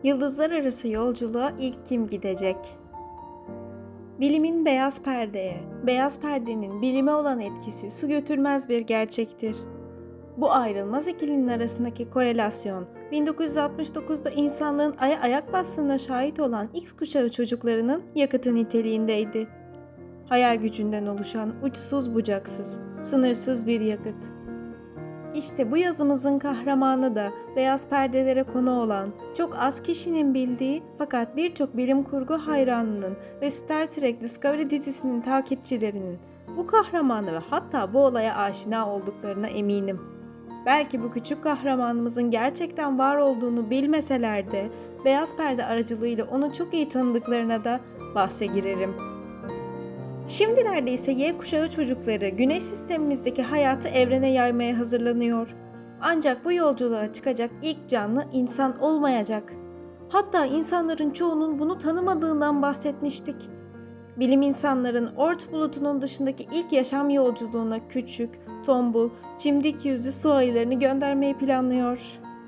Yıldızlar arası yolculuğa ilk kim gidecek? Bilimin beyaz perdeye, beyaz perdenin bilime olan etkisi su götürmez bir gerçektir. Bu ayrılmaz ikilinin arasındaki korelasyon, 1969'da insanlığın Ay'a ayak bastığına şahit olan X kuşağı çocuklarının yakıtı niteliğindeydi. Hayal gücünden oluşan uçsuz bucaksız, sınırsız bir yakıt. İşte bu yazımızın kahramanı da beyaz perdelere konu olan, çok az kişinin bildiği fakat birçok bilim kurgu hayranının ve Star Trek Discovery dizisinin takipçilerinin bu kahramanı ve hatta bu olaya aşina olduklarına eminim. Belki bu küçük kahramanımızın gerçekten var olduğunu bilmeseler de beyaz perde aracılığıyla onu çok iyi tanıdıklarına da bahse girerim. Şimdilerde ise Y kuşağı çocukları Güneş sistemimizdeki hayatı evrene yaymaya hazırlanıyor. Ancak bu yolculuğa çıkacak ilk canlı insan olmayacak. Hatta insanların çoğunun bunu tanımadığından bahsetmiştik. Bilim insanların Oort bulutunun dışındaki ilk yaşam yolculuğuna küçük, tombul, çimdik yüzlü su ayılarını göndermeyi planlıyor.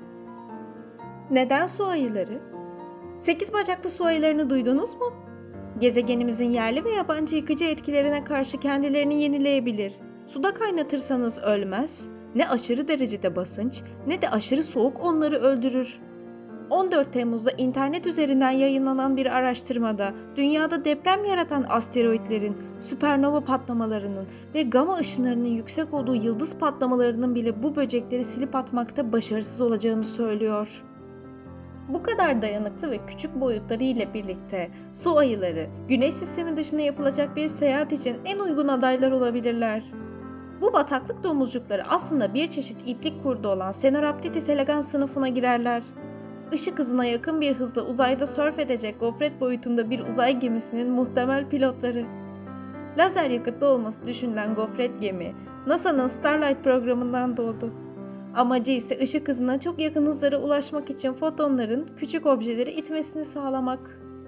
Neden su ayıları? 8 bacaklı su ayılarını duydunuz mu? Gezegenimizin yerli ve yabancı yıkıcı etkilerine karşı kendilerini yenileyebilir. Suda kaynatırsanız ölmez, ne aşırı derecede basınç ne de aşırı soğuk onları öldürür. 14 Temmuz'da internet üzerinden yayınlanan bir araştırmada dünyada deprem yaratan asteroidlerin, süpernova patlamalarının ve gama ışınlarının yüksek olduğu yıldız patlamalarının bile bu böcekleri silip atmakta başarısız olacağını söylüyor. Bu kadar dayanıklı ve küçük boyutları ile birlikte su ayıları, Güneş sistemi dışına yapılacak bir seyahat için en uygun adaylar olabilirler. Bu bataklık domuzcukları aslında bir çeşit iplik kurdu olan Caenorhabditis elegans sınıfına girerler. Işık hızına yakın bir hızla uzayda sörf edecek gofret boyutunda bir uzay gemisinin muhtemel pilotları. Lazer yakıtlı olması düşünülen gofret gemi, NASA'nın Starlight programından doğdu. Amacı ise ışık hızına çok yakın hızlara ulaşmak için fotonların küçük objeleri itmesini sağlamak.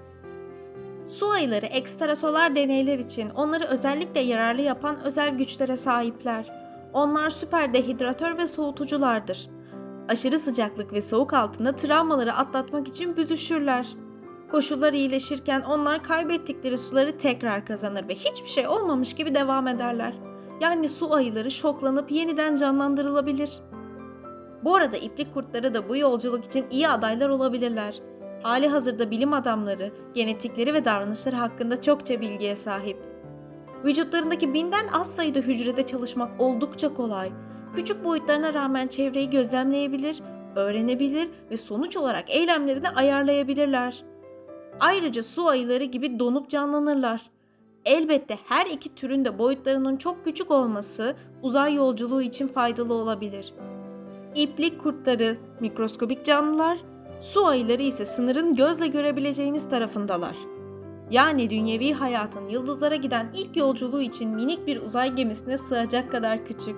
Su ayıları ekstrasolar deneyler için onları özellikle yararlı yapan özel güçlere sahipler. Onlar süper dehidratör ve soğutuculardır. Aşırı sıcaklık ve soğuk altında travmaları atlatmak için büzüşürler. Koşullar iyileşirken onlar kaybettikleri suları tekrar kazanır ve hiçbir şey olmamış gibi devam ederler. Yani su ayıları şoklanıp yeniden canlandırılabilir. Bu arada iplik kurtları da bu yolculuk için iyi adaylar olabilirler. Hali hazırda bilim adamları, genetikleri ve davranışları hakkında çokça bilgiye sahip. Vücutlarındaki 1000'den az sayıda hücrede çalışmak oldukça kolay. Küçük boyutlarına rağmen çevreyi gözlemleyebilir, öğrenebilir ve sonuç olarak eylemlerini ayarlayabilirler. Ayrıca su ayıları gibi donup canlanırlar. Elbette her iki türün de boyutlarının çok küçük olması uzay yolculuğu için faydalı olabilir. İplik kurtları mikroskobik canlılar, su ayıları ise sınırın gözle görebileceğimiz tarafındalar. Yani dünyevi hayatın yıldızlara giden ilk yolculuğu için minik bir uzay gemisine sığacak kadar küçük.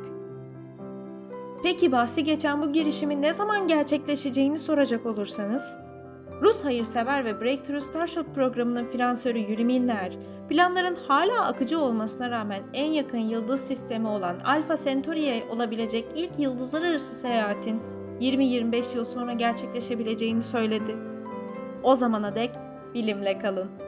Peki bahsi geçen bu girişimin ne zaman gerçekleşeceğini soracak olursanız, Rus hayırsever ve Breakthrough Starshot programının finansörü Yuri Milner, planların hala akıcı olmasına rağmen en yakın yıldız sistemi olan Alpha Centauri'ye olabilecek ilk yıldızlar arası seyahatin 20-25 yıl sonra gerçekleşebileceğini söyledi. O zamana dek bilimle kalın.